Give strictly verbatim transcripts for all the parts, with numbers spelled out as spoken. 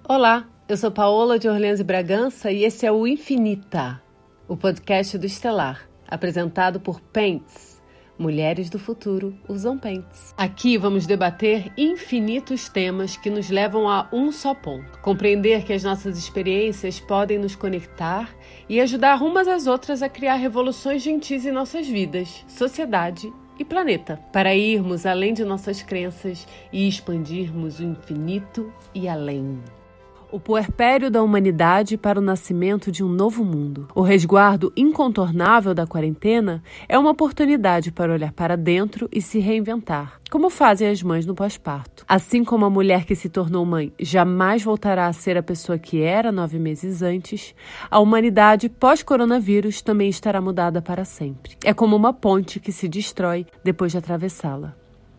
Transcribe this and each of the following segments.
Olá, eu sou Paola de Orleans e Bragança e esse é o Infinita, o podcast do Estelar, apresentado por Pentes. Mulheres do futuro usam pentes. Aqui vamos debater infinitos temas que nos levam a um só ponto. Compreender que as nossas experiências podem nos conectar e ajudar umas às outras a criar revoluções gentis em nossas vidas, sociedade e planeta, para irmos além de nossas crenças e expandirmos o infinito e além. O puerpério da humanidade para o nascimento de um novo mundo. O resguardo incontornável da quarentena é uma oportunidade para olhar para dentro e se reinventar, como fazem as mães no pós-parto. Assim como a mulher que se tornou mãe jamais voltará a ser a pessoa que era nove meses antes, a humanidade pós-coronavírus também estará mudada para sempre. É como uma ponte que se destrói depois de atravessá-la.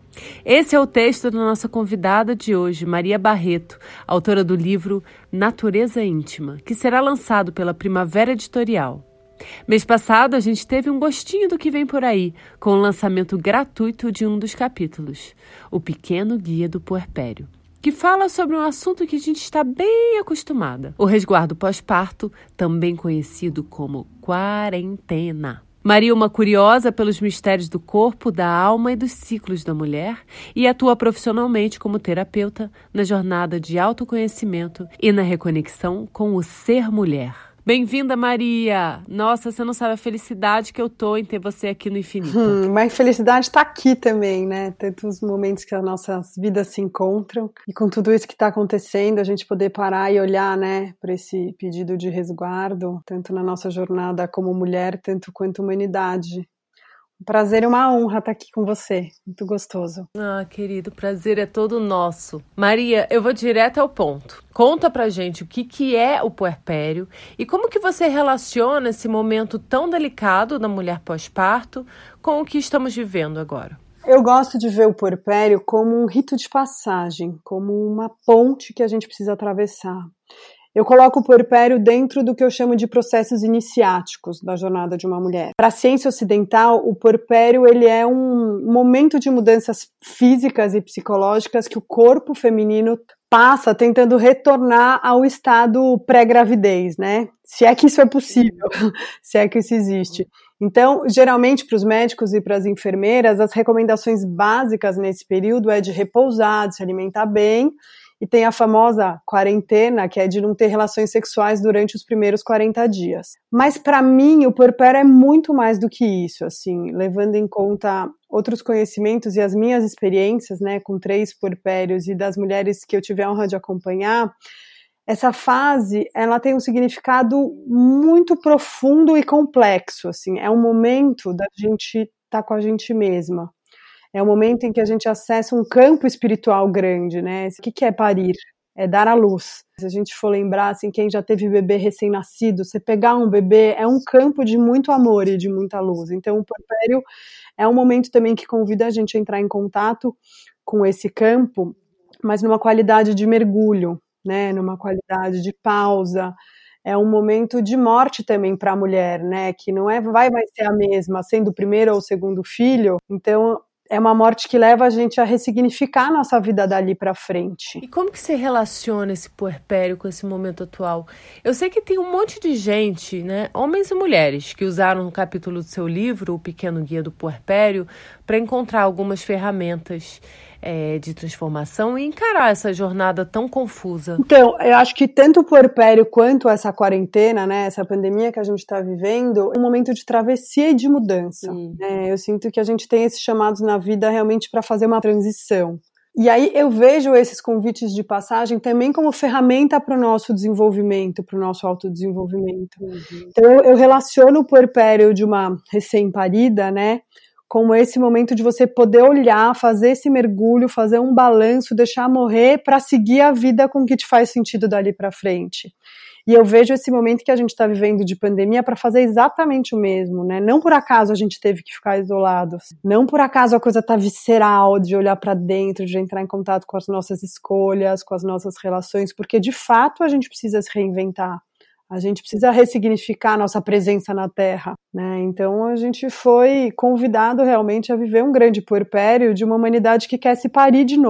Esse é o texto da nossa convidada de hoje, Maria Barreto, autora do livro Natureza Íntima, que será lançado pela Primavera Editorial. Mês passado, a gente teve um gostinho do que vem por aí, com o lançamento gratuito de um dos capítulos, O Pequeno Guia do Puerpério, que fala sobre um assunto que a gente está bem acostumada, o resguardo pós-parto, também conhecido como quarentena. Maria é uma curiosa pelos mistérios do corpo, da alma e dos ciclos da mulher e atua profissionalmente como terapeuta na jornada de autoconhecimento e na reconexão com o ser mulher. Bem-vinda, Maria! Nossa, você não sabe a felicidade que eu tô em ter você aqui no Infinito. Hum, mas felicidade está aqui também, né? Tantos momentos que as nossas vidas se encontram e com tudo isso que está acontecendo, a gente poder parar e olhar, né, para esse pedido de resguardo, tanto na nossa jornada como mulher, tanto quanto humanidade. Um prazer e uma honra estar aqui com você. Muito gostoso. Ah, querido, o prazer é todo nosso. Maria, eu vou direto ao ponto. Conta pra gente o que, que é o puerpério e como que você relaciona esse momento tão delicado da mulher pós-parto com o que estamos vivendo agora. Eu gosto de ver o puerpério como um rito de passagem, como uma ponte que a gente precisa atravessar. Eu coloco o puerpério dentro do que eu chamo de processos iniciáticos da jornada de uma mulher. Para a ciência ocidental, o puerpério ele é um momento de mudanças físicas e psicológicas que o corpo feminino passa tentando retornar ao estado pré-gravidez, né? Se é que isso é possível, se é que isso existe. Então, geralmente para os médicos e para as enfermeiras, as recomendações básicas nesse período é de repousar, de se alimentar bem. E tem a famosa quarentena, que é de não ter relações sexuais durante os primeiros quarenta dias. Mas para mim, o puerpério é muito mais do que isso, assim, levando em conta outros conhecimentos e as minhas experiências, né, com três puerpérios e das mulheres que eu tive a honra de acompanhar. Essa fase, ela tem um significado muito profundo e complexo, assim, é um momento da gente estar com a gente mesma. É o momento em que a gente acessa um campo espiritual grande, né? O que é parir? É dar à luz. Se a gente for lembrar, assim, quem já teve bebê recém-nascido, você pegar um bebê é um campo de muito amor e de muita luz. Então, o puerpério é um momento também que convida a gente a entrar em contato com esse campo, mas numa qualidade de mergulho, né? Numa qualidade de pausa. É um momento de morte também para a mulher, né? Que não é, vai mais ser a mesma, sendo o primeiro ou o segundo filho. Então, é uma morte que leva a gente a ressignificar a nossa vida dali para frente. E como que você relaciona esse puerpério com esse momento atual? Eu sei que tem um monte de gente, né, homens e mulheres, que usaram no capítulo do seu livro, O Pequeno Guia do Puerpério, para encontrar algumas ferramentas é, de transformação e encarar essa jornada tão confusa. Então, eu acho que tanto o puerpério quanto essa quarentena, né, essa pandemia que a gente está vivendo, é um momento de travessia e de mudança. Hum. É, eu sinto que a gente tem esses chamados na vida realmente para fazer uma transição. E aí eu vejo esses convites de passagem também como ferramenta para o nosso desenvolvimento, para o nosso autodesenvolvimento. Uhum. Então eu, eu relaciono o puerpério de uma recém-parida, né, como esse momento de você poder olhar, fazer esse mergulho, fazer um balanço, deixar morrer para seguir a vida com o que te faz sentido dali para frente. E eu vejo esse momento que a gente está vivendo de pandemia para fazer exatamente o mesmo, né? Não por acaso a gente teve que ficar isolados, não por acaso a coisa tá visceral, de olhar para dentro, de entrar em contato com as nossas escolhas, com as nossas relações, porque de fato a gente precisa se reinventar. A gente precisa ressignificar a nossa presença na Terra, né? Então a gente foi convidado realmente a viver um grande puerpério de uma humanidade que quer se parir de novo.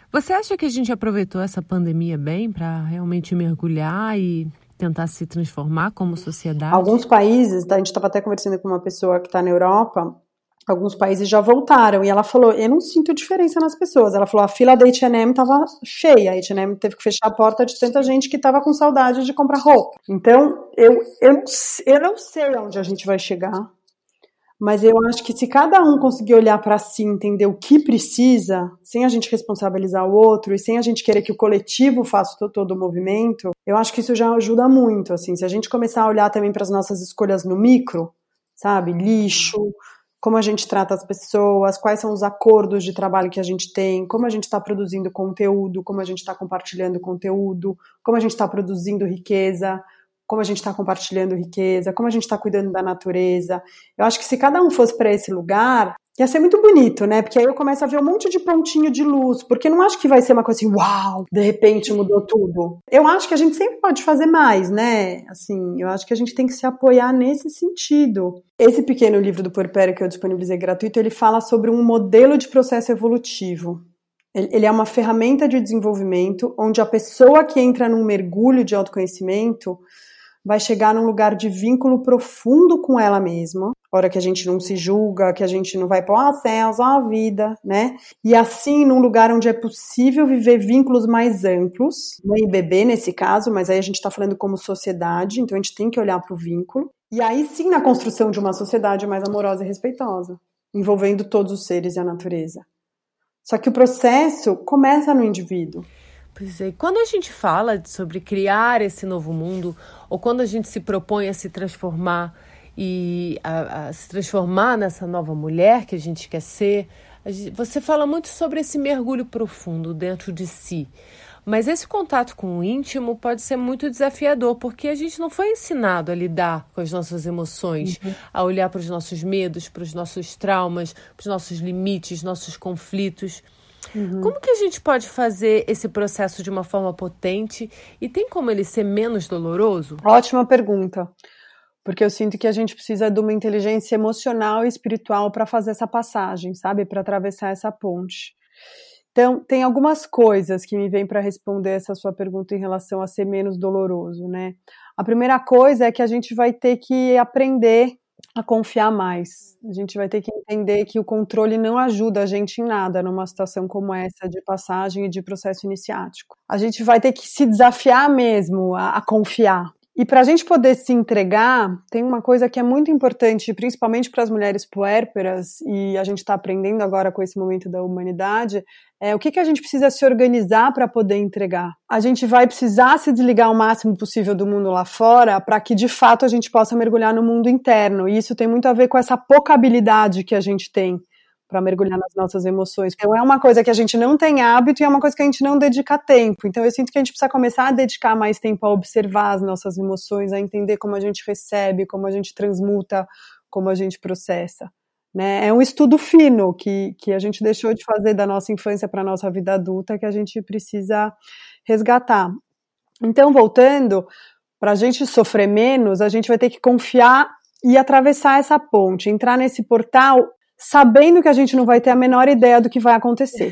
Você acha que a gente aproveitou essa pandemia bem para realmente mergulhar e tentar se transformar como sociedade? Alguns países, a gente estava até conversando com uma pessoa que está na Europa, alguns países já voltaram, e ela falou, eu não sinto diferença nas pessoas. Ela falou, a fila da H and M estava cheia, a H and M teve que fechar a porta de tanta gente que estava com saudade de comprar roupa. Então, eu, eu, eu não sei onde a gente vai chegar, mas eu acho que se cada um conseguir olhar para si, entender o que precisa, sem a gente responsabilizar o outro e sem a gente querer que o coletivo faça todo o movimento, eu acho que isso já ajuda muito, assim, se a gente começar a olhar também para as nossas escolhas no micro, sabe, lixo, como a gente trata as pessoas, quais são os acordos de trabalho que a gente tem, como a gente está produzindo conteúdo, como a gente está compartilhando conteúdo, como a gente está produzindo riqueza, como a gente está compartilhando riqueza, como a gente está cuidando da natureza. Eu acho que se cada um fosse para esse lugar, ia ser muito bonito, né? Porque aí eu começo a ver um monte de pontinho de luz, porque não acho que vai ser uma coisa assim, uau, de repente mudou tudo. Eu acho que a gente sempre pode fazer mais, né? Assim, eu acho que a gente tem que se apoiar nesse sentido. Esse pequeno livro do Puerpério que eu disponibilizei gratuito, ele fala sobre um modelo de processo evolutivo. Ele é uma ferramenta de desenvolvimento onde a pessoa que entra num mergulho de autoconhecimento vai chegar num lugar de vínculo profundo com ela mesma, hora que a gente não se julga, que a gente não vai pôr, ah, céus, ah, vida, né? E assim, num lugar onde é possível viver vínculos mais amplos, mãe e bebê nesse caso, mas aí a gente está falando como sociedade, então a gente tem que olhar para o vínculo, e aí sim na construção de uma sociedade mais amorosa e respeitosa, envolvendo todos os seres e a natureza. Só que o processo começa no indivíduo. Pois é, quando a gente fala sobre criar esse novo mundo, ou quando a gente se propõe a se transformar e a, a se transformar nessa nova mulher que a gente quer ser, a gente, você fala muito sobre esse mergulho profundo dentro de si. Mas esse contato com o íntimo pode ser muito desafiador, porque a gente não foi ensinado a lidar com as nossas emoções, uhum. a olhar para os nossos medos, para os nossos traumas, para os nossos limites, nossos conflitos. Uhum. Como que a gente pode fazer esse processo de uma forma potente e tem como ele ser menos doloroso? Ótima pergunta, porque eu sinto que a gente precisa de uma inteligência emocional e espiritual para fazer essa passagem, sabe? Para atravessar essa ponte. Então, tem algumas coisas que me vêm para responder essa sua pergunta em relação a ser menos doloroso, né? A primeira coisa é que a gente vai ter que aprender a confiar mais. A gente vai ter que entender que o controle não ajuda a gente em nada numa situação como essa de passagem e de processo iniciático. A gente vai ter que se desafiar mesmo a, a confiar. E para a gente poder se entregar, tem uma coisa que é muito importante, principalmente para as mulheres puérperas, e a gente está aprendendo agora com esse momento da humanidade, é o que, que a gente precisa se organizar para poder entregar. A gente vai precisar se desligar o máximo possível do mundo lá fora para que, de fato, a gente possa mergulhar no mundo interno. E isso tem muito a ver com essa pouca habilidade que a gente tem para mergulhar nas nossas emoções. Então é uma coisa que a gente não tem hábito e é uma coisa que a gente não dedica tempo. Então eu sinto que a gente precisa começar a dedicar mais tempo a observar as nossas emoções, a entender como a gente recebe, como a gente transmuta, como a gente processa. Né? É um estudo fino que, que a gente deixou de fazer da nossa infância para a nossa vida adulta que a gente precisa resgatar. Então, voltando, para a gente sofrer menos, a gente vai ter que confiar e atravessar essa ponte, entrar nesse portal sabendo que a gente não vai ter a menor ideia do que vai acontecer.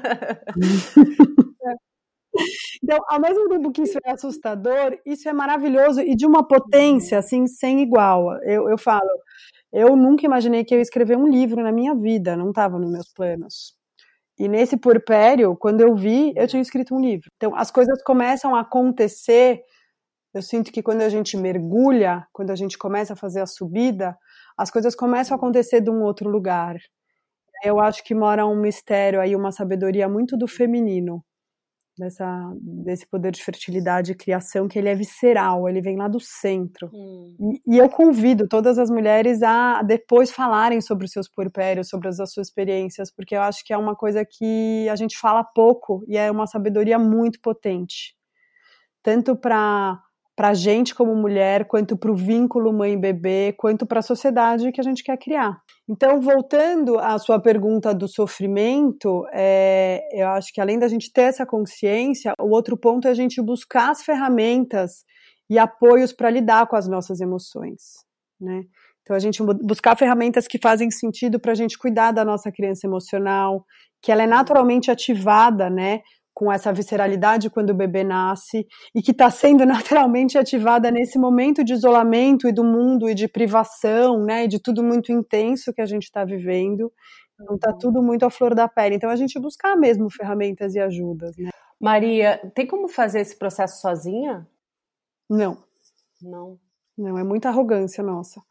Então, ao mesmo tempo que isso é assustador, isso é maravilhoso e de uma potência, assim, sem igual. Eu, eu falo, eu nunca imaginei que eu ia escrever um livro na minha vida, não estava nos meus planos. E nesse puerpério, quando eu vi, eu tinha escrito um livro. Então, as coisas começam a acontecer, eu sinto que quando a gente mergulha, quando a gente começa a fazer a subida, as coisas começam a acontecer de um outro lugar. Eu acho que mora um mistério aí, uma sabedoria muito do feminino, dessa, desse poder de fertilidade e criação, que ele é visceral, ele vem lá do centro. Hum. E, e eu convido todas as mulheres a depois falarem sobre os seus puerpérios, sobre as, as suas experiências, porque eu acho que é uma coisa que a gente fala pouco e é uma sabedoria muito potente. Tanto para para a gente como mulher, quanto para o vínculo mãe-bebê, quanto para a sociedade que a gente quer criar. Então, voltando à sua pergunta do sofrimento, é, eu acho que além da gente ter essa consciência, o outro ponto é a gente buscar as ferramentas e apoios para lidar com as nossas emoções, né? Então, a gente buscar ferramentas que fazem sentido para a gente cuidar da nossa criança emocional, que ela é naturalmente ativada, né, com essa visceralidade quando o bebê nasce, e que está sendo naturalmente ativada nesse momento de isolamento e do mundo e de privação, né, e de tudo muito intenso que a gente está vivendo. Então está tudo muito à flor da pele. Então a gente buscar mesmo ferramentas e ajudas, né. Maria, tem como fazer esse processo sozinha? Não. Não. Não, é muita arrogância nossa.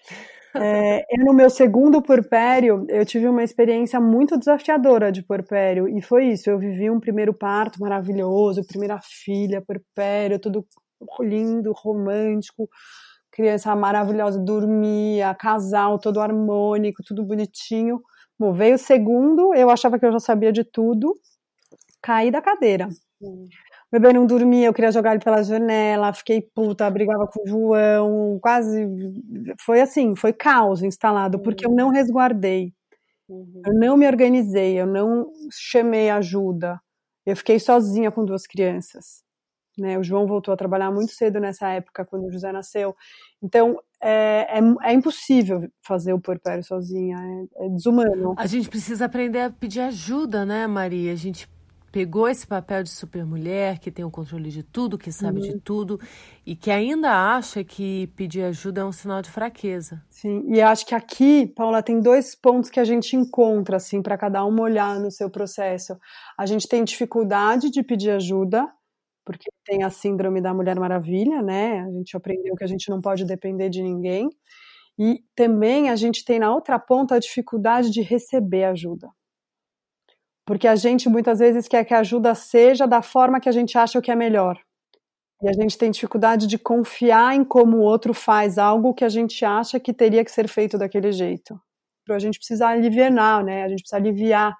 É, eu, no meu segundo puerpério, eu tive uma experiência muito desafiadora de puerpério, e foi isso, eu vivi um primeiro parto maravilhoso, primeira filha, puerpério, tudo lindo, romântico, criança maravilhosa, dormia, casal todo harmônico, tudo bonitinho. Bom, veio o segundo, eu achava que eu já sabia de tudo, caí da cadeira. Hum. O bebê não dormia, eu queria jogar ele pela janela, fiquei puta, brigava com o João, quase, foi assim, foi caos instalado, uhum. Porque eu não resguardei, uhum. Eu não me organizei, eu não chamei ajuda, eu fiquei sozinha com duas crianças, né, o João voltou a trabalhar muito cedo nessa época, quando o José nasceu, então é, é, é impossível fazer o puerpério sozinha, é, é desumano. A gente precisa aprender a pedir ajuda, né, Maria? A gente pegou esse papel de supermulher, que tem o controle de tudo, que sabe uhum. de tudo, e que ainda acha que pedir ajuda é um sinal de fraqueza. Sim, e acho que aqui, Paula, tem dois pontos que a gente encontra, assim, para cada um olhar no seu processo. A gente tem dificuldade de pedir ajuda, porque tem a síndrome da Mulher Maravilha, né? A gente aprendeu que a gente não pode depender de ninguém. E também a gente tem na outra ponta a dificuldade de receber ajuda. Porque a gente muitas vezes quer que a ajuda seja da forma que a gente acha que é melhor. E a gente tem dificuldade de confiar em como o outro faz algo que a gente acha que teria que ser feito daquele jeito. Então a gente precisa aliviar, né? A gente precisa aliviar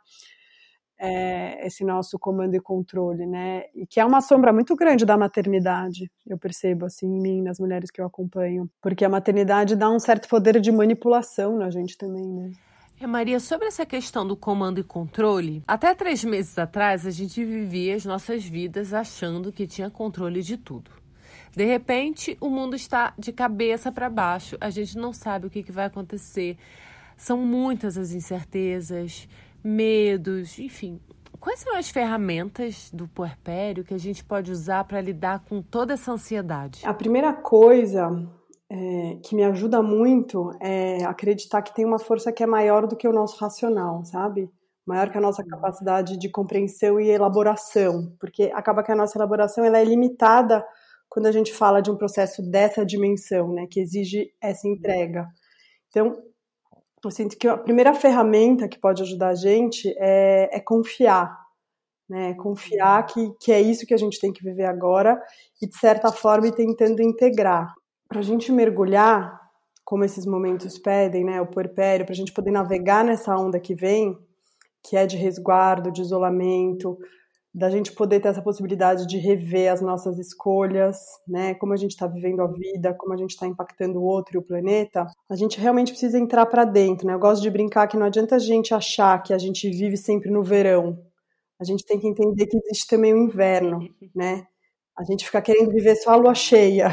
é, esse nosso comando e controle, né? E que é uma sombra muito grande da maternidade, eu percebo assim em mim, nas mulheres que eu acompanho. Porque a maternidade dá um certo poder de manipulação na gente também, né? É, Maria, sobre essa questão do comando e controle, até três meses atrás a gente vivia as nossas vidas achando que tinha controle de tudo. De repente, o mundo está de cabeça para baixo, a gente não sabe o que, que vai acontecer. São muitas as incertezas, medos, enfim. Quais são as ferramentas do puerpério que a gente pode usar para lidar com toda essa ansiedade? A primeira coisa É, que me ajuda muito é acreditar que tem uma força que é maior do que o nosso racional, sabe? Maior que a nossa capacidade de compreensão e elaboração, porque acaba que a nossa elaboração ela é limitada quando a gente fala de um processo dessa dimensão, né, que exige essa entrega. Então, eu sinto que a primeira ferramenta que pode ajudar a gente é, é confiar, né? Confiar que, que é isso que a gente tem que viver agora e, de certa forma, ir tentando integrar. Para a gente mergulhar, como esses momentos pedem, né, o puerpério, para a gente poder navegar nessa onda que vem, que é de resguardo, de isolamento, da gente poder ter essa possibilidade de rever as nossas escolhas, né, como a gente está vivendo a vida, como a gente está impactando o outro e o planeta, a gente realmente precisa entrar para dentro, né? Eu gosto de brincar que não adianta a gente achar que a gente vive sempre no verão. A gente tem que entender que existe também o inverno, né? A gente fica querendo viver só a lua cheia.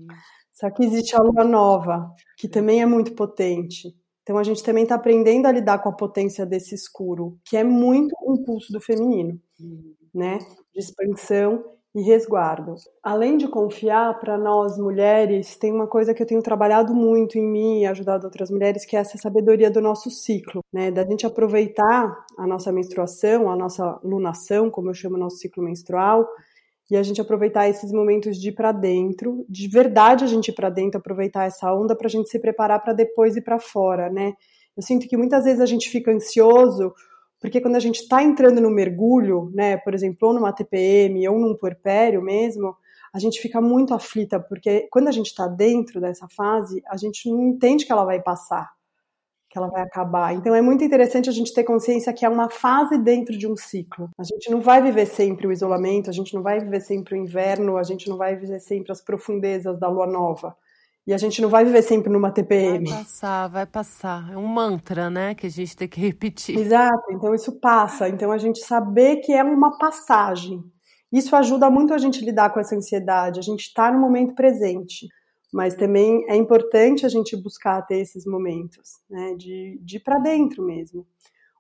Só que existe a lua nova, que também é muito potente. Então a gente também está aprendendo a lidar com a potência desse escuro, que é muito um pulso do feminino, né? De expansão e resguardo. Além de confiar, para nós mulheres, tem uma coisa que eu tenho trabalhado muito em mim e ajudado outras mulheres, que é essa sabedoria do nosso ciclo, né? Da gente aproveitar a nossa menstruação, a nossa lunação, como eu chamo o nosso ciclo menstrual, e a gente aproveitar esses momentos de ir para dentro, de verdade a gente ir para dentro, aproveitar essa onda para a gente se preparar para depois ir para fora, né? Eu sinto que muitas vezes a gente fica ansioso, porque quando a gente está entrando no mergulho, né, por exemplo, ou numa T P M, ou num puerpério mesmo, a gente fica muito aflita, porque quando a gente está dentro dessa fase, a gente não entende que ela vai passar, que ela vai acabar. Então é muito interessante a gente ter consciência que é uma fase dentro de um ciclo. A gente não vai viver sempre o isolamento, a gente não vai viver sempre o inverno, a gente não vai viver sempre as profundezas da lua nova. E a gente não vai viver sempre numa T P M. Vai passar, vai passar. É um mantra, né, que a gente tem que repetir. Exato, então isso passa. Então a gente saber que é uma passagem. Isso ajuda muito a gente a lidar com essa ansiedade, a gente está no momento presente. Mas também é importante a gente buscar ter esses momentos, né, de, de ir para dentro mesmo.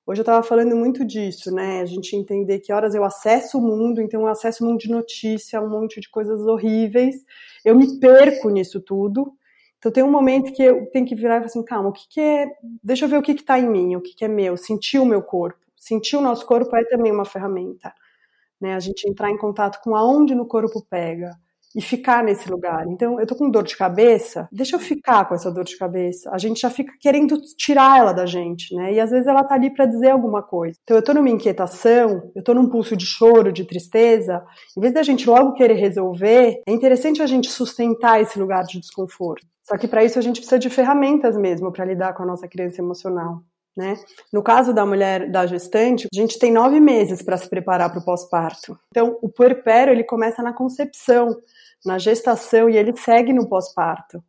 Hoje eu estava falando muito disso, né? A gente entender que horas eu acesso o mundo, então eu acesso um monte de notícia, um monte de coisas horríveis, eu me perco nisso tudo. Então tem um momento que eu tenho que virar e falar assim, calma, o que que é... Deixa eu ver o que que tá em mim, o que que é meu, sentir o meu corpo. Sentir o nosso corpo é também uma ferramenta, né? A gente entrar em contato com aonde no corpo pega e ficar nesse lugar. Então, eu tô com dor de cabeça, deixa eu ficar com essa dor de cabeça. A gente já fica querendo tirar ela da gente, né? E às vezes ela tá ali para dizer alguma coisa. Então, eu tô numa inquietação, eu tô num pulso de choro, de tristeza, em vez da gente logo querer resolver, é interessante a gente sustentar esse lugar de desconforto. Só que para isso a gente precisa de ferramentas mesmo para lidar com a nossa criança emocional. Né? No caso da mulher, da gestante, a gente tem nove meses para se preparar para o pós-parto. Então, o puerpério, ele começa na concepção, na gestação, e ele segue no pós-parto.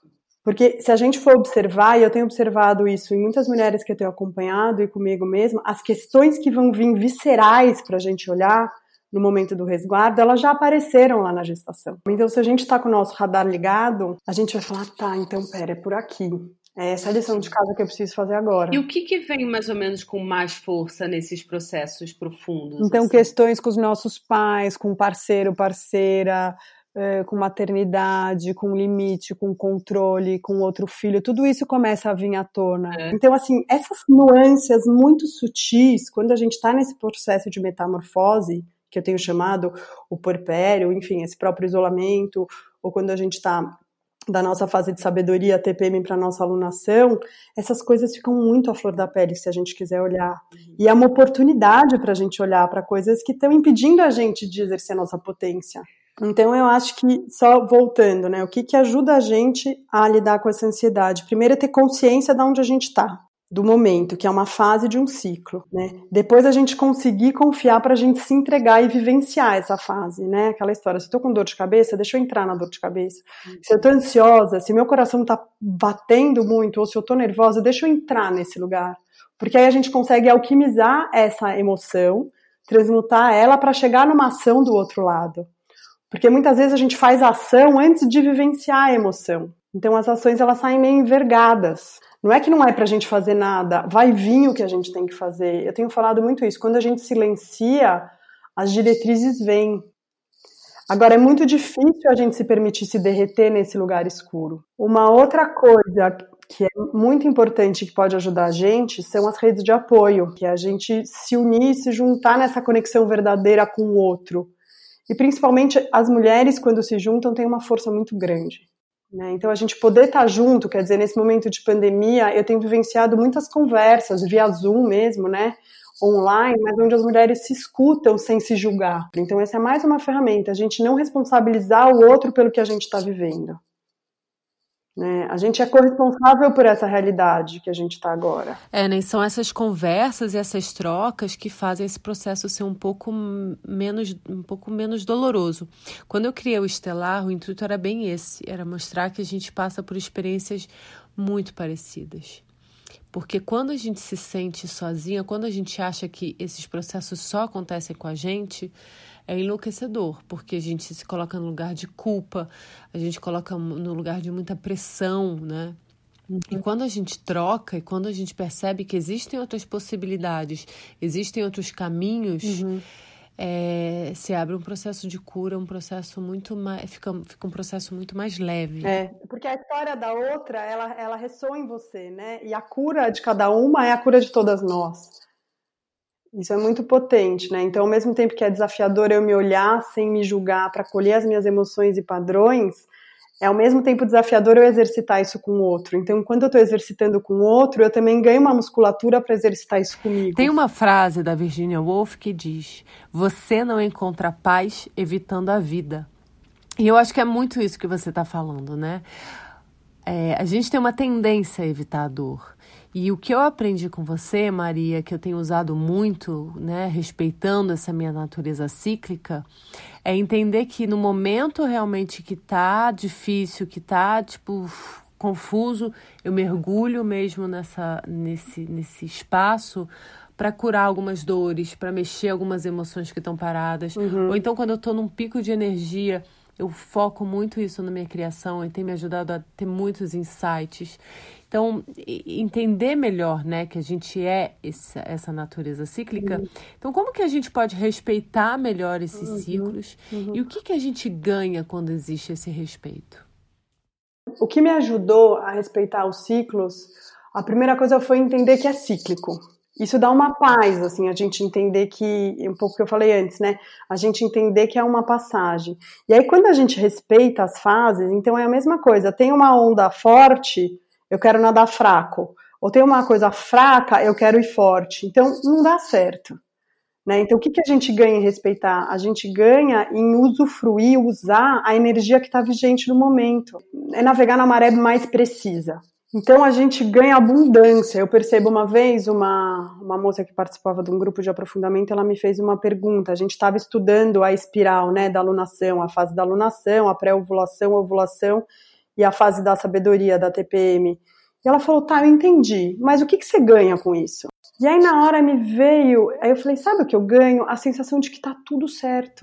Porque se a gente for observar, e eu tenho observado isso em muitas mulheres que eu tenho acompanhado e comigo mesma, as questões que vão vir viscerais para a gente olhar no momento do resguardo, elas já apareceram lá na gestação. Então, se a gente está com o nosso radar ligado, a gente vai falar, tá, então, pera, é por aqui. É essa a lição de casa que eu preciso fazer agora. E o que que vem mais ou menos com mais força nesses processos profundos? Então, assim? questões com os nossos pais, com parceiro, parceira, é, com maternidade, com limite, com controle, com outro filho, tudo isso começa a vir à tona. É. Então, assim, essas nuances muito sutis, quando a gente está nesse processo de metamorfose, que eu tenho chamado o puerpério, enfim, esse próprio isolamento, ou quando a gente está da nossa fase de sabedoria, T P M para nossa alunação, essas coisas ficam muito à flor da pele se a gente quiser olhar. E é uma oportunidade para a gente olhar para coisas que estão impedindo a gente de exercer a nossa potência. Então eu acho que, só voltando, né, o que, que ajuda a gente a lidar com essa ansiedade? Primeiro é ter consciência de onde a gente está, do momento, que é uma fase de um ciclo, né? Depois a gente conseguir confiar para a gente se entregar e vivenciar essa fase, né? Aquela história, se eu tô com dor de cabeça, deixa eu entrar na dor de cabeça. Se eu tô ansiosa, se meu coração tá batendo muito, ou se eu tô nervosa, deixa eu entrar nesse lugar. Porque aí a gente consegue alquimizar essa emoção, transmutar ela para chegar numa ação do outro lado. Porque muitas vezes a gente faz a ação antes de vivenciar a emoção. Então as ações, elas saem meio envergadas. Não é que não é pra gente fazer nada, vai vir o que a gente tem que fazer. Eu tenho falado muito isso, quando a gente silencia, as diretrizes vêm. Agora, é muito difícil a gente se permitir se derreter nesse lugar escuro. Uma outra coisa que é muito importante, que pode ajudar a gente, são as redes de apoio, que é a gente se unir, se juntar nessa conexão verdadeira com o outro. E principalmente as mulheres, quando se juntam, têm uma força muito grande. Né? Então a gente poder estar junto, quer dizer, nesse momento de pandemia, eu tenho vivenciado muitas conversas, via Zoom mesmo, né, online, mas onde as mulheres se escutam sem se julgar. Então essa é mais uma ferramenta, a gente não responsabilizar o outro pelo que a gente está vivendo. Né? A gente é corresponsável por essa realidade que a gente está agora. É, né? São essas conversas e essas trocas que fazem esse processo ser um pouco menos, um pouco menos doloroso. Quando eu criei o Estelar, o intuito era bem esse, era mostrar que a gente passa por experiências muito parecidas. Porque quando a gente se sente sozinha, quando a gente acha que esses processos só acontecem com a gente, é enlouquecedor, porque a gente se coloca no lugar de culpa, a gente coloca no lugar de muita pressão, né? Uhum. E quando a gente troca, e quando a gente percebe que existem outras possibilidades, existem outros caminhos, uhum. é, se abre um processo de cura, um processo muito mais, fica, fica um processo muito mais leve. É, porque a história da outra, ela, ela ressoa em você, né? E a cura de cada uma é a cura de todas nós. Isso é muito potente, né? Então, ao mesmo tempo que é desafiador eu me olhar sem me julgar para colher as minhas emoções e padrões, é ao mesmo tempo desafiador eu exercitar isso com o outro. Então, quando eu estou exercitando com o outro, eu também ganho uma musculatura para exercitar isso comigo. Tem uma frase da Virginia Woolf que diz: você não encontra paz evitando a vida. E eu acho que é muito isso que você está falando, né? É, a gente tem uma tendência a evitar a dor. E o que eu aprendi com você, Maria, que eu tenho usado muito, né, respeitando essa minha natureza cíclica, é entender que no momento realmente que tá difícil, que tá, tipo, confuso, eu mergulho mesmo nessa, nesse, nesse espaço para curar algumas dores, para mexer algumas emoções que estão paradas. Uhum. Ou então, quando eu tô num pico de energia, Eu foco muito isso na minha criação e tem me ajudado a ter muitos insights. Então, entender melhor, né, que a gente é essa, essa natureza cíclica. Uhum. Então, como que a gente pode respeitar melhor esses uhum. ciclos? Uhum. E o que, que a gente ganha quando existe esse respeito? O que me ajudou a respeitar os ciclos, a primeira coisa foi entender que é cíclico. Isso dá uma paz, assim, a gente entender que, um pouco que eu falei antes, né, a gente entender que é uma passagem. E aí, quando a gente respeita as fases, então é a mesma coisa, tem uma onda forte, eu quero nadar fraco, ou tem uma coisa fraca, eu quero ir forte, então não dá certo, né, então o que, que a gente ganha em respeitar? A gente ganha em usufruir, usar a energia que está vigente no momento, é navegar na maré mais precisa. Então a gente ganha abundância. Eu percebo uma vez uma, uma moça que participava de um grupo de aprofundamento, ela me fez uma pergunta. A gente estava estudando a espiral, né, da alunação, a fase da alunação, a pré-ovulação, a ovulação e a fase da sabedoria, da T P M. E ela falou, tá, eu entendi, mas o que, que você ganha com isso? E aí na hora me veio, aí eu falei, sabe o que eu ganho? A sensação de que tá tudo certo.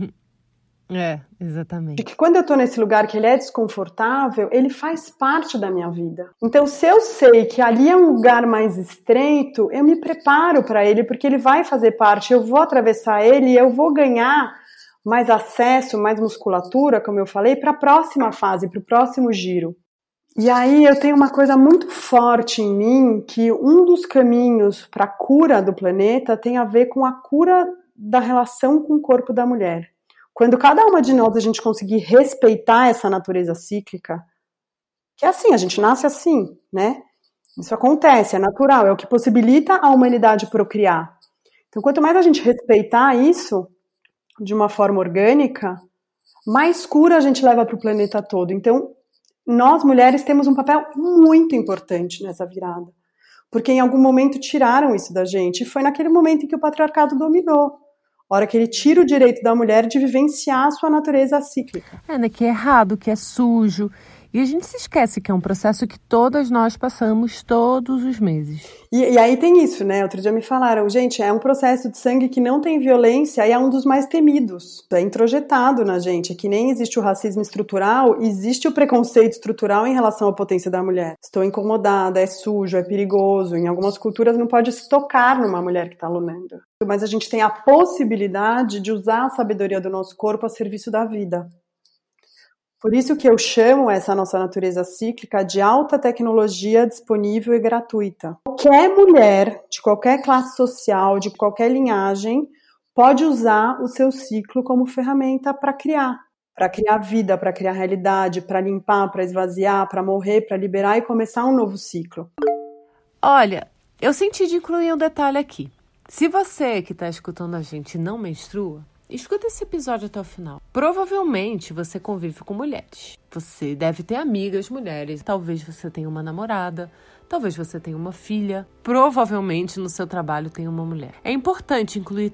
É, exatamente. De que quando eu tô nesse lugar que ele é desconfortável, ele faz parte da minha vida. Então, se eu sei que ali é um lugar mais estreito, eu me preparo para ele, porque ele vai fazer parte, eu vou atravessar ele e eu vou ganhar mais acesso, mais musculatura, como eu falei, para a próxima fase, para o próximo giro. E aí eu tenho uma coisa muito forte em mim, que um dos caminhos para a cura do planeta tem a ver com a cura da relação com o corpo da mulher. Quando cada uma de nós a gente conseguir respeitar essa natureza cíclica, que é assim, a gente nasce assim, né? Isso acontece, é natural, é o que possibilita a humanidade procriar. Então, quanto mais a gente respeitar isso de uma forma orgânica, mais cura a gente leva para o planeta todo. Então, nós mulheres temos um papel muito importante nessa virada, porque em algum momento tiraram isso da gente, e foi naquele momento em que o patriarcado dominou. A hora que ele tira o direito da mulher de vivenciar a sua natureza cíclica. É, né? Que é errado, que é sujo. E a gente se esquece que é um processo que todas nós passamos todos os meses. E, e aí tem isso, né? Outro dia me falaram, gente, é um processo de sangue que não tem violência e é um dos mais temidos. É introjetado na gente. É que nem existe o racismo estrutural, existe o preconceito estrutural em relação à potência da mulher. Estou incomodada, é sujo, é perigoso. Em algumas culturas não pode se tocar numa mulher que está lunando. Mas a gente tem a possibilidade de usar a sabedoria do nosso corpo a serviço da vida. Por isso que eu chamo essa nossa natureza cíclica de alta tecnologia disponível e gratuita. Qualquer mulher, de qualquer classe social, de qualquer linhagem, pode usar o seu ciclo como ferramenta para criar. Para criar vida, para criar realidade, para limpar, para esvaziar, para morrer, para liberar e começar um novo ciclo. Olha, eu senti de incluir um detalhe aqui. Se você que está escutando a gente não menstrua, escuta esse episódio até o final. Provavelmente você convive com mulheres. Você deve ter amigas mulheres. Talvez você tenha uma namorada. Talvez você tenha uma filha. Provavelmente no seu trabalho tem uma mulher. É importante incluir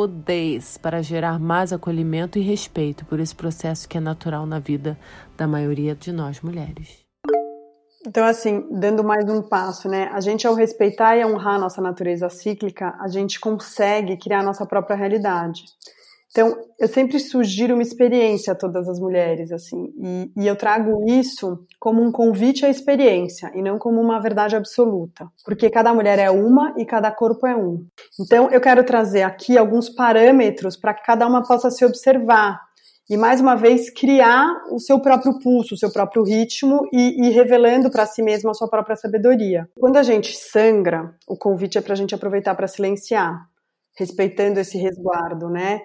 todas para gerar mais acolhimento e respeito por esse processo que é natural na vida da maioria de nós mulheres. Então, assim, dando mais um passo, né? A gente, ao respeitar e honrar a nossa natureza cíclica, a gente consegue criar a nossa própria realidade. Então, eu sempre sugiro uma experiência a todas as mulheres, assim, e, e eu trago isso como um convite à experiência, e não como uma verdade absoluta, porque cada mulher é uma e cada corpo é um. Então, eu quero trazer aqui alguns parâmetros para que cada uma possa se observar, e mais uma vez criar o seu próprio pulso, o seu próprio ritmo, e, e revelando para si mesma a sua própria sabedoria. Quando a gente sangra, o convite é para a gente aproveitar para silenciar, respeitando esse resguardo, né?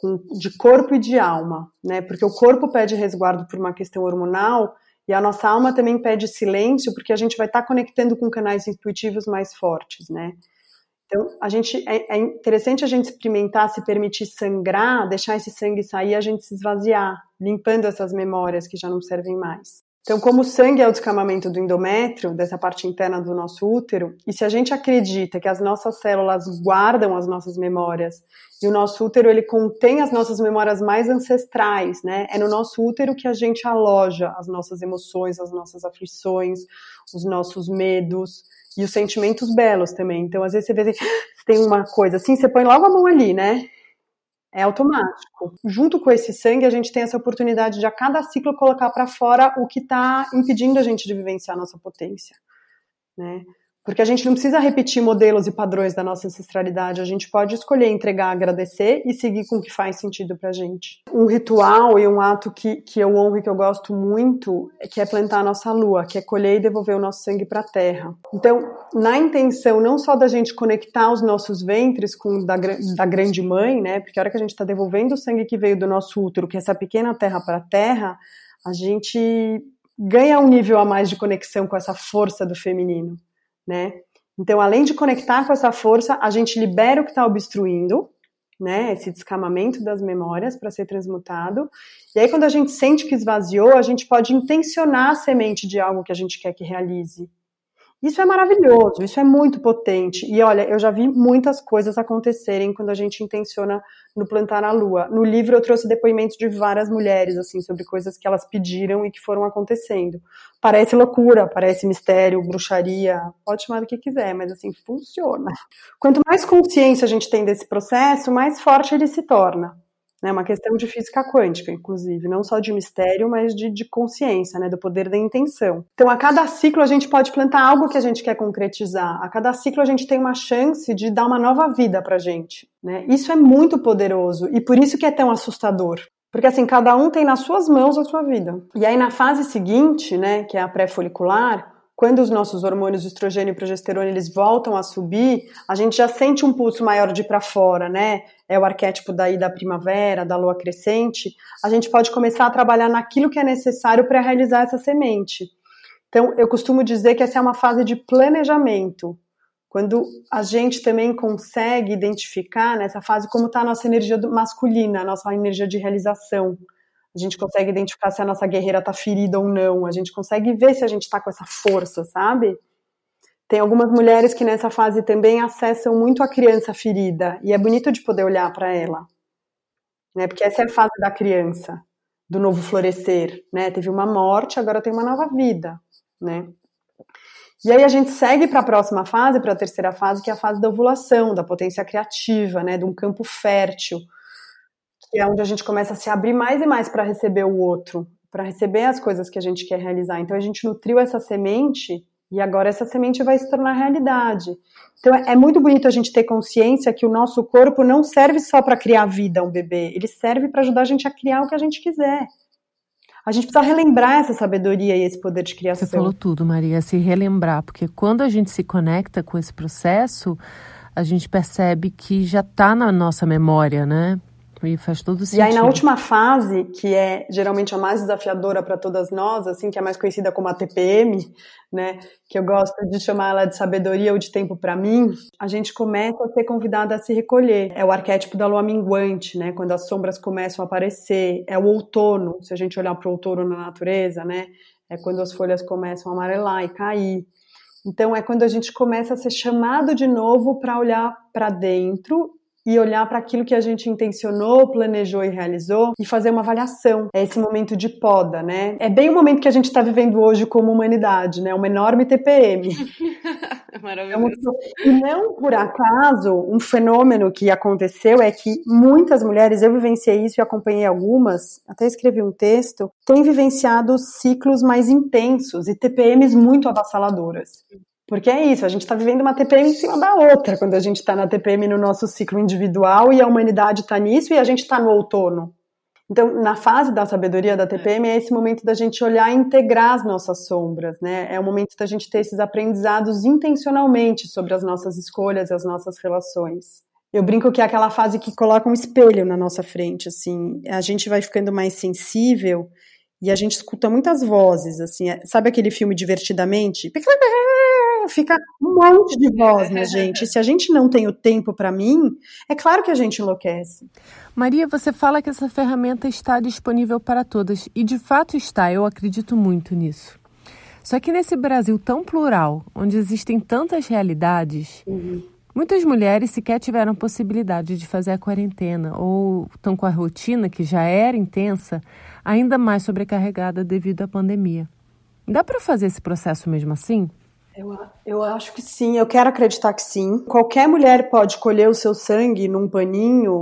De corpo e de alma, né? Porque o corpo pede resguardo por uma questão hormonal e a nossa alma também pede silêncio porque a gente vai estar conectando com canais intuitivos mais fortes, né? Então, a gente, é, é interessante a gente experimentar, se permitir sangrar, deixar esse sangue sair, a gente se esvaziar, limpando essas memórias que já não servem mais. Então, como o sangue é o descamamento do endométrio, dessa parte interna do nosso útero, e se a gente acredita que as nossas células guardam as nossas memórias, e o nosso útero, ele contém as nossas memórias mais ancestrais, né? É no nosso útero que a gente aloja as nossas emoções, as nossas aflições, os nossos medos, e os sentimentos belos também. Então, às vezes você vê, tem uma coisa assim, você põe logo a mão ali, né? É automático. ciclo. Junto com esse sangue, a gente tem essa oportunidade de a cada ciclo colocar para fora o que está impedindo a gente de vivenciar a nossa potência, né? Porque a gente não precisa repetir modelos e padrões da nossa ancestralidade, a gente pode escolher entregar, agradecer e seguir com o que faz sentido pra gente. Um ritual e um ato que, que eu honro e que eu gosto muito, é que é plantar a nossa lua, que é colher e devolver o nosso sangue pra terra. Então, na intenção não só da gente conectar os nossos ventres com da, da grande mãe, né, porque a hora que a gente está devolvendo o sangue que veio do nosso útero, que é essa pequena terra pra terra, a gente ganha um nível a mais de conexão com essa força do feminino, né? Então, além de conectar com essa força, a gente libera o que está obstruindo, né? Esse descamamento das memórias para ser transmutado. E aí, quando a gente sente que esvaziou, a gente pode intencionar a semente de algo que a gente quer que realize. Isso é maravilhoso, isso é muito potente. E olha, eu já vi muitas coisas acontecerem quando a gente intenciona no plantar a lua. No livro eu trouxe depoimentos de várias mulheres, assim, sobre coisas que elas pediram e que foram acontecendo. Parece loucura, parece mistério, bruxaria, pode chamar do que quiser, mas assim, funciona. Quanto mais consciência a gente tem desse processo, mais forte ele se torna. É uma questão de física quântica, inclusive, não só de mistério, mas de, de consciência, né, do poder da intenção. Então, a cada ciclo a gente pode plantar algo que a gente quer concretizar. A cada ciclo a gente tem uma chance de dar uma nova vida pra gente, né? Isso é muito poderoso e por isso que é tão assustador. Porque assim, cada um tem nas suas mãos a sua vida. E aí na fase seguinte, né, que é a pré-folicular, quando os nossos hormônios, estrogênio e progesterona, eles voltam a subir, a gente já sente um pulso maior de ir para fora, né? É o arquétipo daí da primavera, da lua crescente. A gente pode começar a trabalhar naquilo que é necessário para realizar essa semente. Então, eu costumo dizer que essa é uma fase de planejamento. Quando a gente também consegue identificar nessa fase como está a nossa energia masculina, a nossa energia de realização. A gente consegue identificar se a nossa guerreira está ferida ou não. A gente consegue ver se a gente está com essa força, sabe? Tem algumas mulheres que nessa fase também acessam muito a criança ferida. E é bonito de poder olhar para ela, né? Porque essa é a fase da criança, do novo florescer, né? Teve uma morte, agora tem uma nova vida, né? E aí a gente segue para a próxima fase, para a terceira fase, que é a fase da ovulação, da potência criativa, né? De um campo fértil, que é onde a gente começa a se abrir mais e mais para receber o outro, para receber as coisas que a gente quer realizar. Então a gente nutriu essa semente e agora essa semente vai se tornar realidade. Então é muito bonito a gente ter consciência que o nosso corpo não serve só para criar vida, um bebê, ele serve para ajudar a gente a criar o que a gente quiser. A gente precisa relembrar essa sabedoria e esse poder de criação. Você falou tudo, Maria, se relembrar, porque quando a gente se conecta com esse processo, a gente percebe que já está na nossa memória, né? E faz todo sentido. E aí na última fase, que é geralmente a mais desafiadora para todas nós, assim, que é mais conhecida como a T P M, né, que eu gosto de chamar ela de sabedoria ou de tempo para mim, a gente começa a ser convidada a se recolher. É o arquétipo da lua minguante, né, quando as sombras começam a aparecer. É o outono, se a gente olhar para o outono na natureza, né, é quando as folhas começam a amarelar e cair. Então é quando a gente começa a ser chamado de novo para olhar para dentro e olhar para aquilo que a gente intencionou, planejou e realizou e fazer uma avaliação. É esse momento de poda, né? É bem o momento que a gente está vivendo hoje como humanidade, né? Uma enorme T P M. Maravilhoso. E não por acaso, um fenômeno que aconteceu é que muitas mulheres, eu vivenciei isso e acompanhei algumas, até escrevi um texto, têm vivenciado ciclos mais intensos e T P Ms muito avassaladoras. Porque é isso, a gente está vivendo uma T P M em cima da outra, quando a gente está na T P M no nosso ciclo individual e a humanidade está nisso e a gente está no outono. Então, na fase da sabedoria da T P M é esse momento da gente olhar e integrar as nossas sombras, né? É o momento da gente ter esses aprendizados intencionalmente sobre as nossas escolhas e as nossas relações. Eu brinco que é aquela fase que coloca um espelho na nossa frente, assim, a gente vai ficando mais sensível e a gente escuta muitas vozes, assim, sabe aquele filme Divertidamente? Fica um monte de voz, né, gente? E se a gente não tem o tempo para mim, é claro que a gente enlouquece. Maria, você fala que essa ferramenta está disponível para todas, e de fato está, eu acredito muito nisso. Só que nesse Brasil tão plural, onde existem tantas realidades, uhum. muitas mulheres sequer tiveram possibilidade de fazer a quarentena, ou estão com a rotina, que já era intensa, ainda mais sobrecarregada devido à pandemia. Dá para fazer esse processo mesmo assim? Eu, eu acho que sim, eu quero acreditar que sim. Qualquer mulher pode colher o seu sangue num paninho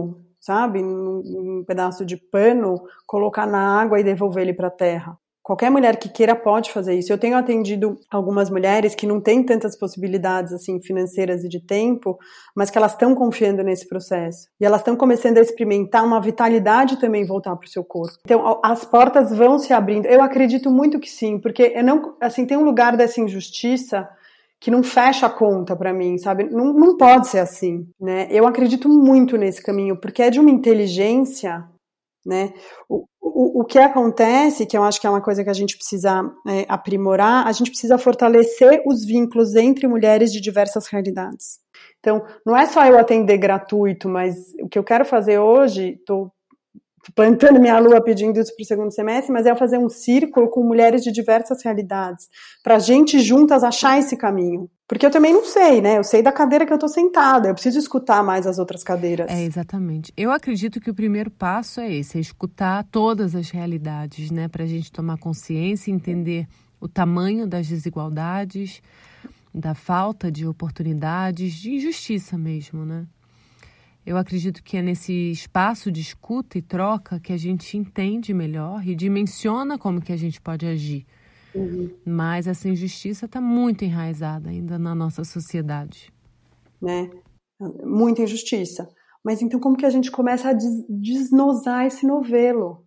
sabe? Num, num pedaço de pano, colocar na água e devolver ele para a terra. Qualquer mulher que queira pode fazer isso. Eu tenho atendido algumas mulheres que não têm tantas possibilidades assim, financeiras e de tempo, mas que elas estão confiando nesse processo. E elas estão começando a experimentar uma vitalidade também voltar para o seu corpo. Então, as portas vão se abrindo. Eu acredito muito que sim, porque eu não, assim, tem um lugar dessa injustiça que não fecha a conta para mim, sabe? Não, não pode ser assim, né? Eu acredito muito nesse caminho, porque é de uma inteligência, né? O, o, o que acontece, que eu acho que é uma coisa que a gente precisa é, aprimorar, a gente precisa fortalecer os vínculos entre mulheres de diversas realidades. Então, não é só eu atender gratuito, mas o que eu quero fazer hoje, estou plantando minha lua pedindo isso para o segundo semestre, mas é fazer um círculo com mulheres de diversas realidades, para a gente juntas achar esse caminho. Porque eu também não sei, né? Eu sei da cadeira que eu tô sentada, eu preciso escutar mais as outras cadeiras. É, exatamente. Eu acredito que o primeiro passo é esse, é escutar todas as realidades, né? Pra gente tomar consciência e entender o tamanho das desigualdades, da falta de oportunidades, de injustiça mesmo, né? Eu acredito que é nesse espaço de escuta e troca que a gente entende melhor e dimensiona como que a gente pode agir. Uhum. Mas essa injustiça está muito enraizada ainda na nossa sociedade. Né? Muita injustiça. Mas então como que a gente começa a des- desnosar esse novelo?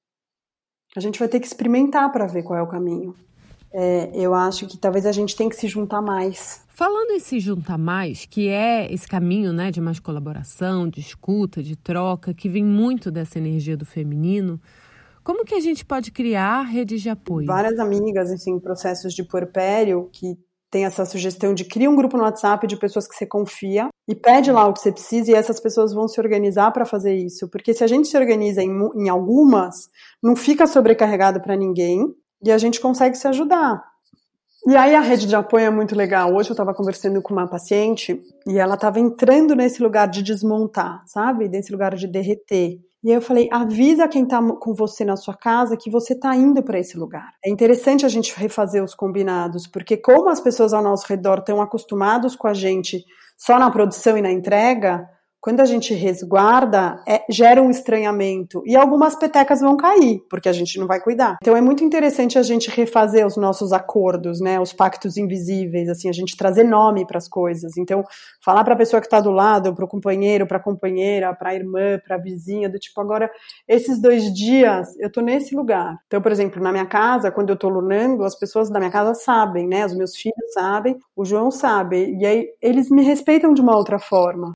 A gente vai ter que experimentar para ver qual é o caminho. É, eu acho que talvez a gente tenha que se juntar mais. Falando em se juntar mais, que é esse caminho, né, de mais colaboração, de escuta, de troca, que vem muito dessa energia do feminino, como que a gente pode criar redes de apoio? Várias amigas, assim, em processos de puerpério, que tem essa sugestão de criar um grupo no WhatsApp de pessoas que você confia e pede lá o que você precisa e essas pessoas vão se organizar para fazer isso. Porque se a gente se organiza em, em algumas, não fica sobrecarregado para ninguém e a gente consegue se ajudar. E aí a rede de apoio é muito legal. Hoje eu estava conversando com uma paciente e ela estava entrando nesse lugar de desmontar, sabe? Nesse lugar de derreter. E aí eu falei, avisa quem tá com você na sua casa que você tá indo para esse lugar. É interessante a gente refazer os combinados, porque como as pessoas ao nosso redor estão acostumados com a gente só na produção e na entrega, quando a gente resguarda, é, gera um estranhamento. E algumas petecas vão cair, porque a gente não vai cuidar. Então é muito interessante a gente refazer os nossos acordos, né? Os pactos invisíveis, assim, a gente trazer nome para as coisas. Então, falar para a pessoa que está do lado, para o companheiro, para a companheira, para a irmã, para a vizinha, do tipo, agora, esses dois dias, eu tô nesse lugar. Então, por exemplo, na minha casa, quando eu tô lunando, as pessoas da minha casa sabem, né? Os meus filhos sabem, o João sabe. E aí, eles me respeitam de uma outra forma.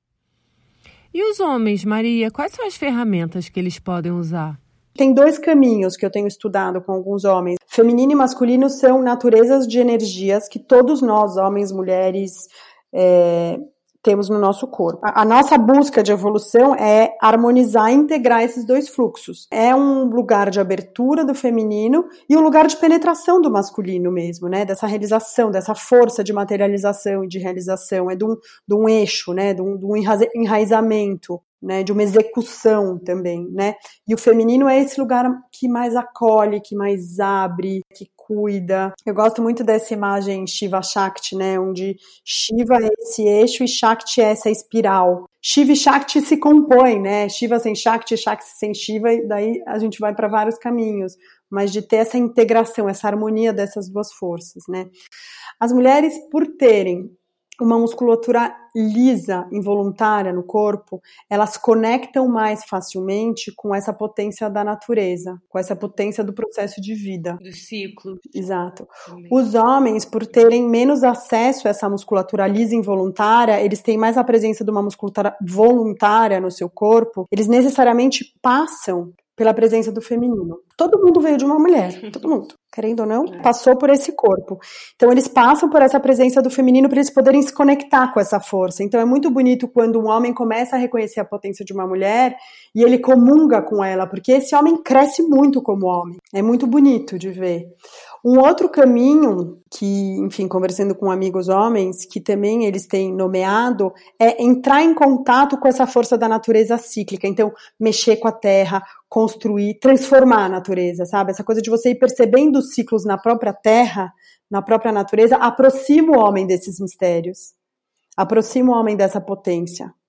E os homens, Maria, quais são as ferramentas que eles podem usar? Tem dois caminhos que eu tenho estudado com alguns homens. Feminino e masculino são naturezas de energias que todos nós, homens, mulheres, é, temos no nosso corpo. A, a nossa busca de evolução é harmonizar e integrar esses dois fluxos. É um lugar de abertura do feminino e um lugar de penetração do masculino mesmo, né? Dessa realização, dessa força de materialização e de realização. É de um, de um eixo, né? De um, de um enraizamento, né? De uma execução também, né? E o feminino é esse lugar que mais acolhe, que mais abre, que cuida. Eu gosto muito dessa imagem Shiva Shakti, né, onde Shiva é esse eixo e Shakti é essa espiral. Shiva e Shakti se compõem, né, Shiva sem Shakti, Shakti sem Shiva, e daí a gente vai para vários caminhos, mas de ter essa integração, essa harmonia dessas duas forças, né. As mulheres, por terem uma musculatura lisa, involuntária no corpo, elas conectam mais facilmente com essa potência da natureza, com essa potência do processo de vida. Do ciclo. Exato. Também. Os homens, por terem menos acesso a essa musculatura lisa involuntária, eles têm mais a presença de uma musculatura voluntária no seu corpo, eles necessariamente passam pela presença do feminino. Todo mundo veio de uma mulher, todo mundo, querendo ou não, é. Passou por esse corpo. Então eles passam por essa presença do feminino para eles poderem se conectar com essa força. Então é muito bonito quando um homem começa a reconhecer a potência de uma mulher e ele comunga com ela, porque esse homem cresce muito como homem. É muito bonito de ver. Um outro caminho que, enfim, conversando com amigos homens, que também eles têm nomeado, é entrar em contato com essa força da natureza cíclica. Então, mexer com a terra, construir, transformar a natureza, sabe? Essa coisa de você ir percebendo os ciclos na própria terra, na própria natureza, aproxima o homem desses mistérios. Aproxima o homem dessa potência.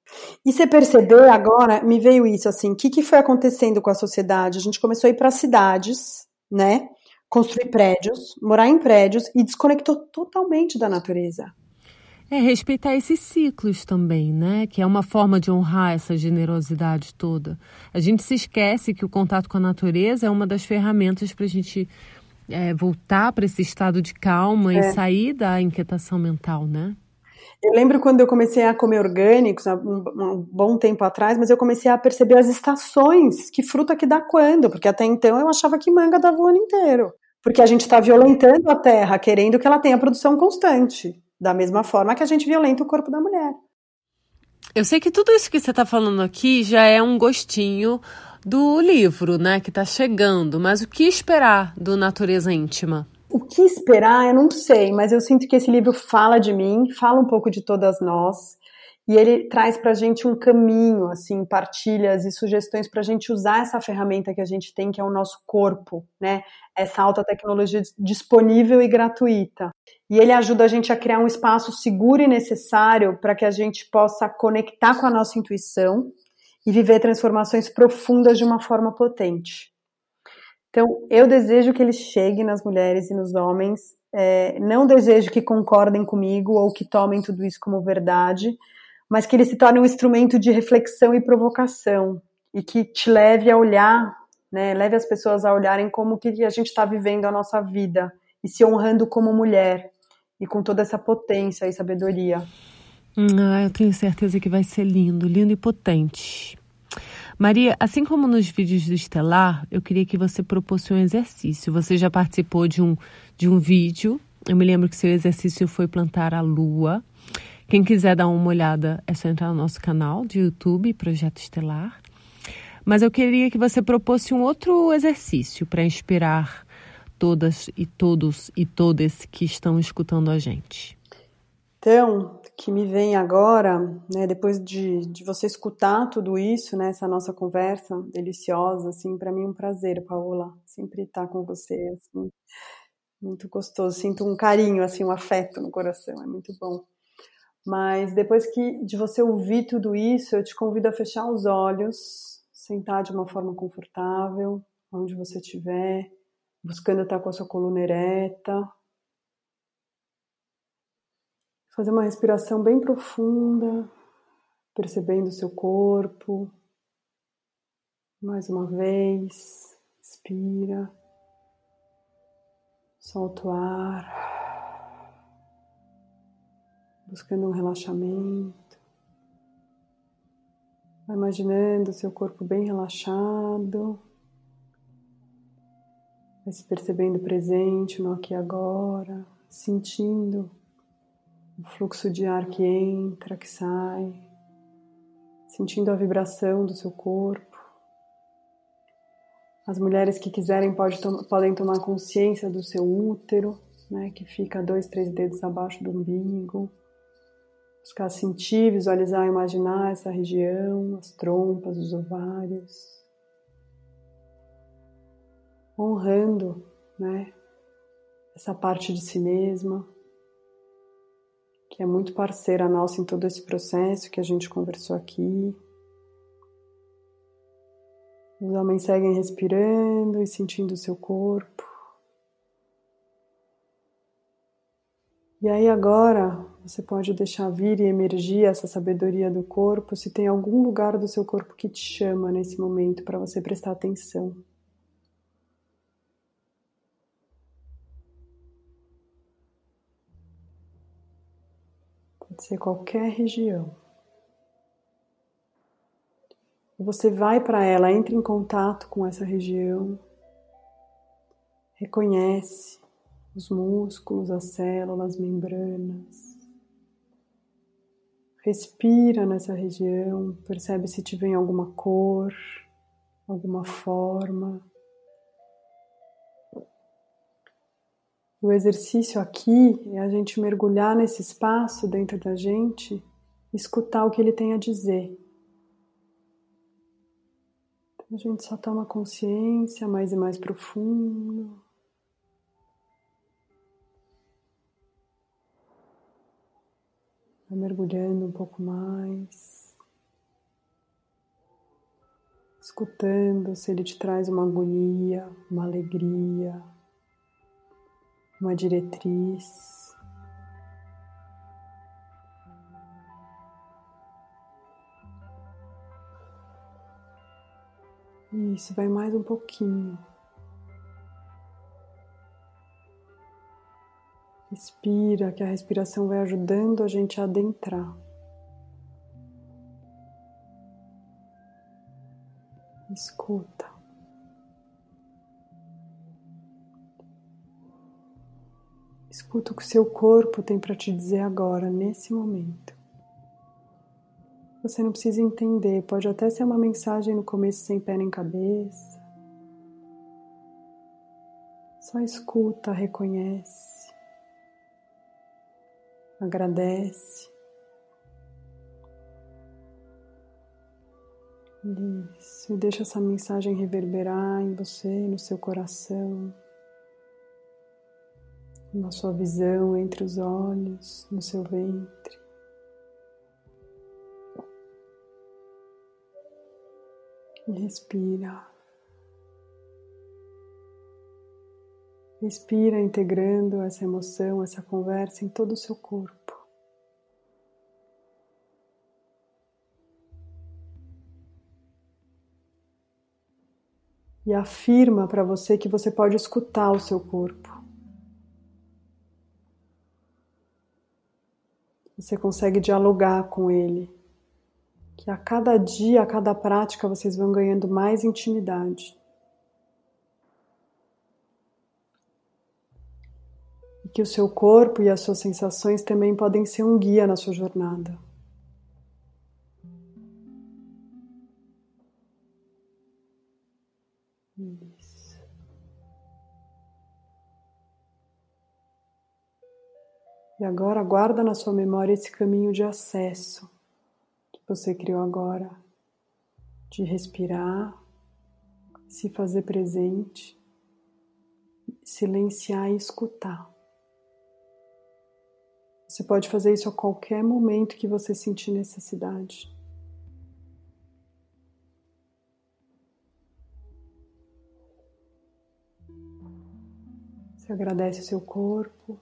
E você percebeu agora, me veio isso assim, o que, que foi acontecendo com a sociedade? A gente começou a ir para cidades, né? Construir prédios, morar em prédios e desconectou totalmente da natureza. É, respeitar esses ciclos também, né? Que é uma forma de honrar essa generosidade toda. A gente se esquece que o contato com a natureza é uma das ferramentas para a gente é, voltar para esse estado de calma É. e sair da inquietação mental, né? Eu lembro quando eu comecei a comer orgânicos, há um, um bom tempo atrás, mas eu comecei a perceber as estações, que fruta que dá quando, porque até então eu achava que manga dava o ano inteiro. Porque a gente está violentando a terra, querendo que ela tenha produção constante, da mesma forma que a gente violenta o corpo da mulher. Eu sei que tudo isso que você está falando aqui já é um gostinho do livro, né, que está chegando, mas o que esperar do Natureza Íntima? O que esperar, eu não sei, mas eu sinto que esse livro fala de mim, fala um pouco de todas nós, e ele traz pra gente um caminho, assim, partilhas e sugestões pra gente usar essa ferramenta que a gente tem, que é o nosso corpo, né? Essa alta tecnologia disponível e gratuita. E ele ajuda a gente a criar um espaço seguro e necessário para que a gente possa conectar com a nossa intuição e viver transformações profundas de uma forma potente. Então, eu desejo que ele chegue nas mulheres e nos homens, é, não desejo que concordem comigo ou que tomem tudo isso como verdade, mas que ele se torne um instrumento de reflexão e provocação, e que te leve a olhar, né, leve as pessoas a olharem como que a gente está vivendo a nossa vida, e se honrando como mulher, e com toda essa potência e sabedoria. Ah, eu tenho certeza que vai ser lindo, lindo e potente. Maria, assim como nos vídeos do Estelar, eu queria que você propôsse um exercício. Você já participou de um, de um vídeo. Eu me lembro que seu exercício foi plantar a lua. Quem quiser dar uma olhada, é só entrar no nosso canal de YouTube, Projeto Estelar. Mas eu queria que você propôsse um outro exercício para inspirar todas e todos e todas que estão escutando a gente. Então, que me vem agora, né, depois de, de você escutar tudo isso, né, essa nossa conversa deliciosa, assim, para mim é um prazer, Paola, sempre estar com você, assim, muito gostoso, sinto um carinho, assim, um afeto no coração, é muito bom. Mas depois que de você ouvir tudo isso, eu te convido a fechar os olhos, sentar de uma forma confortável, onde você estiver, buscando estar com a sua coluna ereta, fazer uma respiração bem profunda, percebendo o seu corpo. Mais uma vez, inspira, solta o ar, buscando um relaxamento. Vai imaginando o seu corpo bem relaxado, vai se percebendo presente no aqui e agora, sentindo o fluxo de ar que entra, que sai, sentindo a vibração do seu corpo. As mulheres que quiserem pode to- podem tomar consciência do seu útero, né, que fica dois, três dedos abaixo do umbigo. Buscar sentir, visualizar, imaginar essa região, as trompas, os ovários. Honrando, né, essa parte de si mesma, que é muito parceira nossa em todo esse processo que a gente conversou aqui. Os homens seguem respirando e sentindo o seu corpo. E aí agora você pode deixar vir e emergir essa sabedoria do corpo, se tem algum lugar do seu corpo que te chama nesse momento para você prestar atenção. Pode ser qualquer região. Você vai para ela, entra em contato com essa região, reconhece os músculos, as células, as membranas. Respira nessa região, percebe se te vem alguma cor, alguma forma. O exercício aqui é a gente mergulhar nesse espaço dentro da gente e escutar o que ele tem a dizer. Então a gente só toma consciência mais e mais profundo. Vai mergulhando um pouco mais. escutando se ele te traz uma agonia, uma alegria, uma diretriz. Isso, vai mais um pouquinho. Respira, que a respiração vai ajudando a gente a adentrar. Escuta. Escuta o que o seu corpo tem para te dizer agora, nesse momento. Você não precisa entender, pode até ser uma mensagem no começo sem pé nem cabeça. Só escuta, reconhece, agradece. Isso, e deixa essa mensagem reverberar em você, no seu coração, na sua visão entre os olhos, no seu ventre. E respira. Respira integrando essa emoção, essa conversa em todo o seu corpo. E afirma para você que você pode escutar o seu corpo. Você consegue dialogar com ele. Que a cada dia, a cada prática, vocês vão ganhando mais intimidade. E que o seu corpo e as suas sensações também podem ser um guia na sua jornada. Isso. E agora guarda na sua memória esse caminho de acesso que você criou agora, de respirar, se fazer presente, silenciar e escutar. Você pode fazer isso a qualquer momento que você sentir necessidade. Você agradece o seu corpo,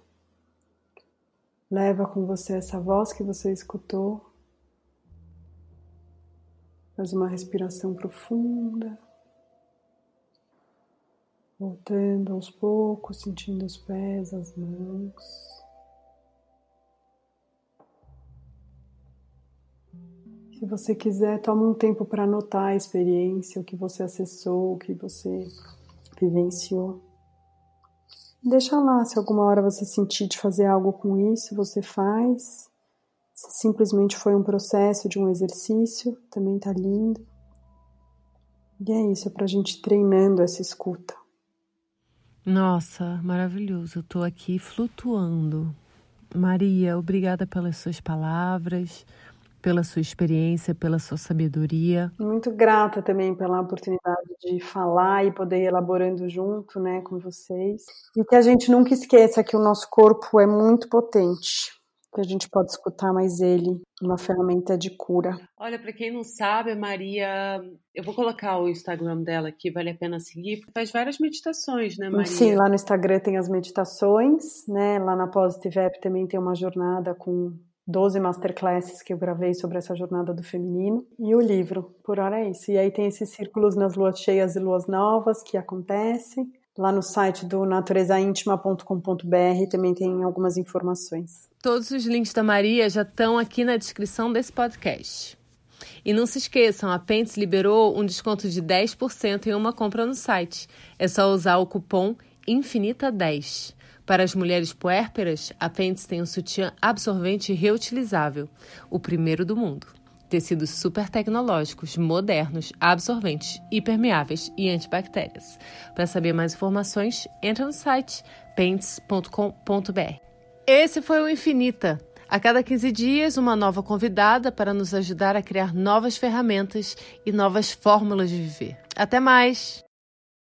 leva com você essa voz que você escutou, faz uma respiração profunda, voltando aos poucos, sentindo os pés, as mãos. Se você quiser, toma um tempo para anotar a experiência, o que você acessou, o que você vivenciou. Deixa lá, se alguma hora você sentir de fazer algo com isso, você faz. Se simplesmente foi um processo de um exercício, também tá lindo. E é isso, é pra gente ir treinando essa escuta. Nossa, maravilhoso. Eu tô aqui flutuando. Maria, obrigada pelas suas palavras, pela sua experiência, pela sua sabedoria. Muito grata também pela oportunidade de falar e poder ir elaborando junto, né, com vocês. E que a gente nunca esqueça que o nosso corpo é muito potente, que a gente pode escutar mais ele, uma ferramenta de cura. Olha, para quem não sabe, a Maria, eu vou colocar o Instagram dela aqui, vale a pena seguir, porque faz várias meditações, né, Maria? Sim, lá no Instagram tem as meditações, né, lá na Positive App também tem uma jornada com doze masterclasses que eu gravei sobre essa jornada do feminino. E o livro, por hora é isso. E aí tem esses círculos nas luas cheias e luas novas que acontecem. Lá no site do natureza íntima ponto com ponto b r também tem algumas informações. Todos os links da Maria já estão aqui na descrição desse podcast. E não se esqueçam, a Pentes liberou um desconto de dez por cento em uma compra no site. É só usar o cupom infinita dez. Para as mulheres puérperas, a Pentes tem um sutiã absorvente reutilizável, o primeiro do mundo. Tecidos super tecnológicos, modernos, absorventes, hipermeáveis e antibactérias. Para saber mais informações, entra no site pentes ponto com ponto b r. Esse foi o Infinita. A cada quinze dias, uma nova convidada para nos ajudar a criar novas ferramentas e novas fórmulas de viver. Até mais!